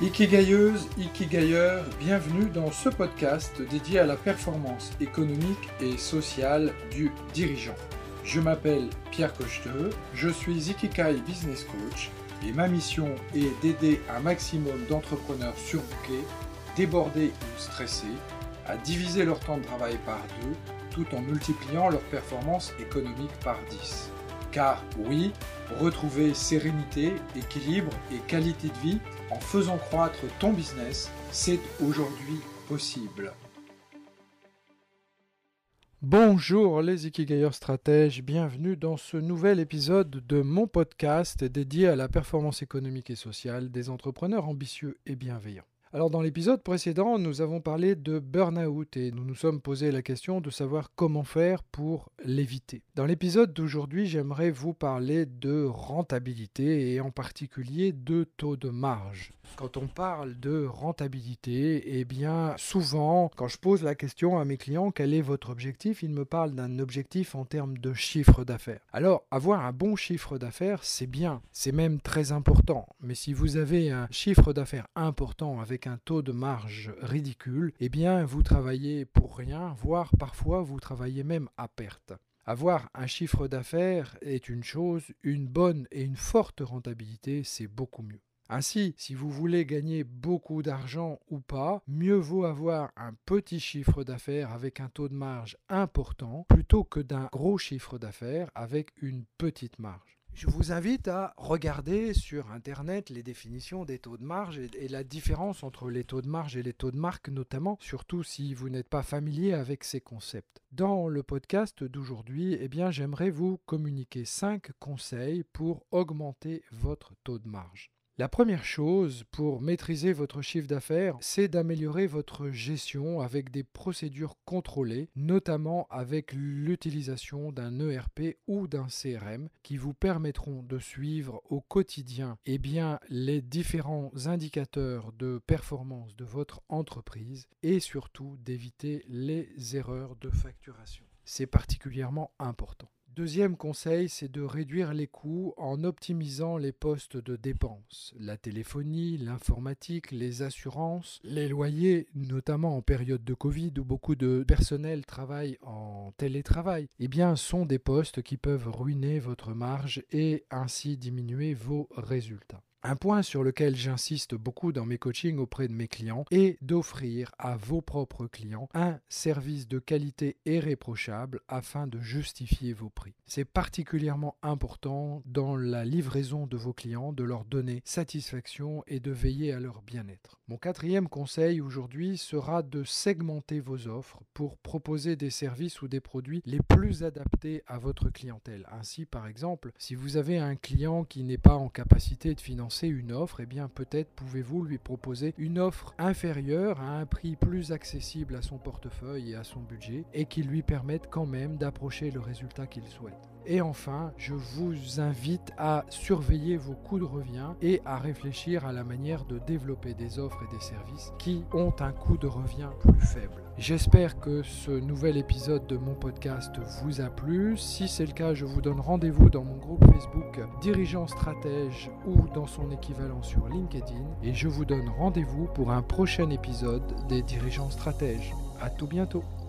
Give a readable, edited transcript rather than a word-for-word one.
Ikigaïeuses, Ikigailleurs, bienvenue dans ce podcast dédié à la performance économique et sociale du dirigeant. Je m'appelle Pierre Cocheteux, je suis Ikigai Business Coach et ma mission est d'aider un maximum d'entrepreneurs surbookés, débordés ou stressés, à diviser leur temps de travail par 2 tout en multipliant leur performance économique par 10. Car oui, retrouver sérénité, équilibre et qualité de vie en faisant croître ton business, c'est aujourd'hui possible. Bonjour les Ikigailleurs stratèges, bienvenue dans ce nouvel épisode de mon podcast dédié à la performance économique et sociale des entrepreneurs ambitieux et bienveillants. Alors dans l'épisode précédent, nous avons parlé de burn-out et nous nous sommes posé la question de savoir comment faire pour l'éviter. Dans l'épisode d'aujourd'hui, j'aimerais vous parler de rentabilité et en particulier de taux de marge. Quand on parle de rentabilité, eh bien souvent, quand je pose la question à mes clients, quel est votre objectif, ils me parlent d'un objectif en termes de chiffre d'affaires. Alors, avoir un bon chiffre d'affaires, c'est bien, c'est même très important. Mais si vous avez un chiffre d'affaires important avec un taux de marge ridicule, eh bien vous travaillez pour rien, voire parfois vous travaillez même à perte. Avoir un chiffre d'affaires est une chose, une bonne et une forte rentabilité, c'est beaucoup mieux. Ainsi, si vous voulez gagner beaucoup d'argent ou pas, mieux vaut avoir un petit chiffre d'affaires avec un taux de marge important plutôt que d'un gros chiffre d'affaires avec une petite marge. Je vous invite à regarder sur Internet les définitions des taux de marge et la différence entre les taux de marge et les taux de marque notamment, surtout si vous n'êtes pas familier avec ces concepts. Dans le podcast d'aujourd'hui, j'aimerais vous communiquer 5 conseils pour augmenter votre taux de marge. La première chose pour maîtriser votre chiffre d'affaires, c'est d'améliorer votre gestion avec des procédures contrôlées, notamment avec l'utilisation d'un ERP ou d'un CRM qui vous permettront de suivre au quotidien les différents indicateurs de performance de votre entreprise et surtout d'éviter les erreurs de facturation. C'est particulièrement important. Deuxième conseil, c'est de réduire les coûts en optimisant les postes de dépenses. La téléphonie, l'informatique, les assurances, les loyers, notamment en période de Covid où beaucoup de personnel travaille en télétravail, sont des postes qui peuvent ruiner votre marge et ainsi diminuer vos résultats. Un point sur lequel j'insiste beaucoup dans mes coachings auprès de mes clients est d'offrir à vos propres clients un service de qualité irréprochable afin de justifier vos prix. C'est particulièrement important dans la livraison de vos clients de leur donner satisfaction et de veiller à leur bien-être. Mon 4e conseil aujourd'hui sera de segmenter vos offres pour proposer des services ou des produits les plus adaptés à votre clientèle. Ainsi, par exemple, si vous avez un client qui n'est pas en capacité de financer une offre, peut-être pouvez-vous lui proposer une offre inférieure à un prix plus accessible à son portefeuille et à son budget et qui lui permette quand même d'approcher le résultat qu'il souhaite. Et enfin, je vous invite à surveiller vos coûts de revient et à réfléchir à la manière de développer des offres et des services qui ont un coût de revient plus faible. J'espère que ce nouvel épisode de mon podcast vous a plu. Si c'est le cas, je vous donne rendez-vous dans mon groupe Facebook Dirigeants Stratèges ou dans son équivalent sur LinkedIn et je vous donne rendez-vous pour un prochain épisode des Dirigeants Stratèges. À tout bientôt.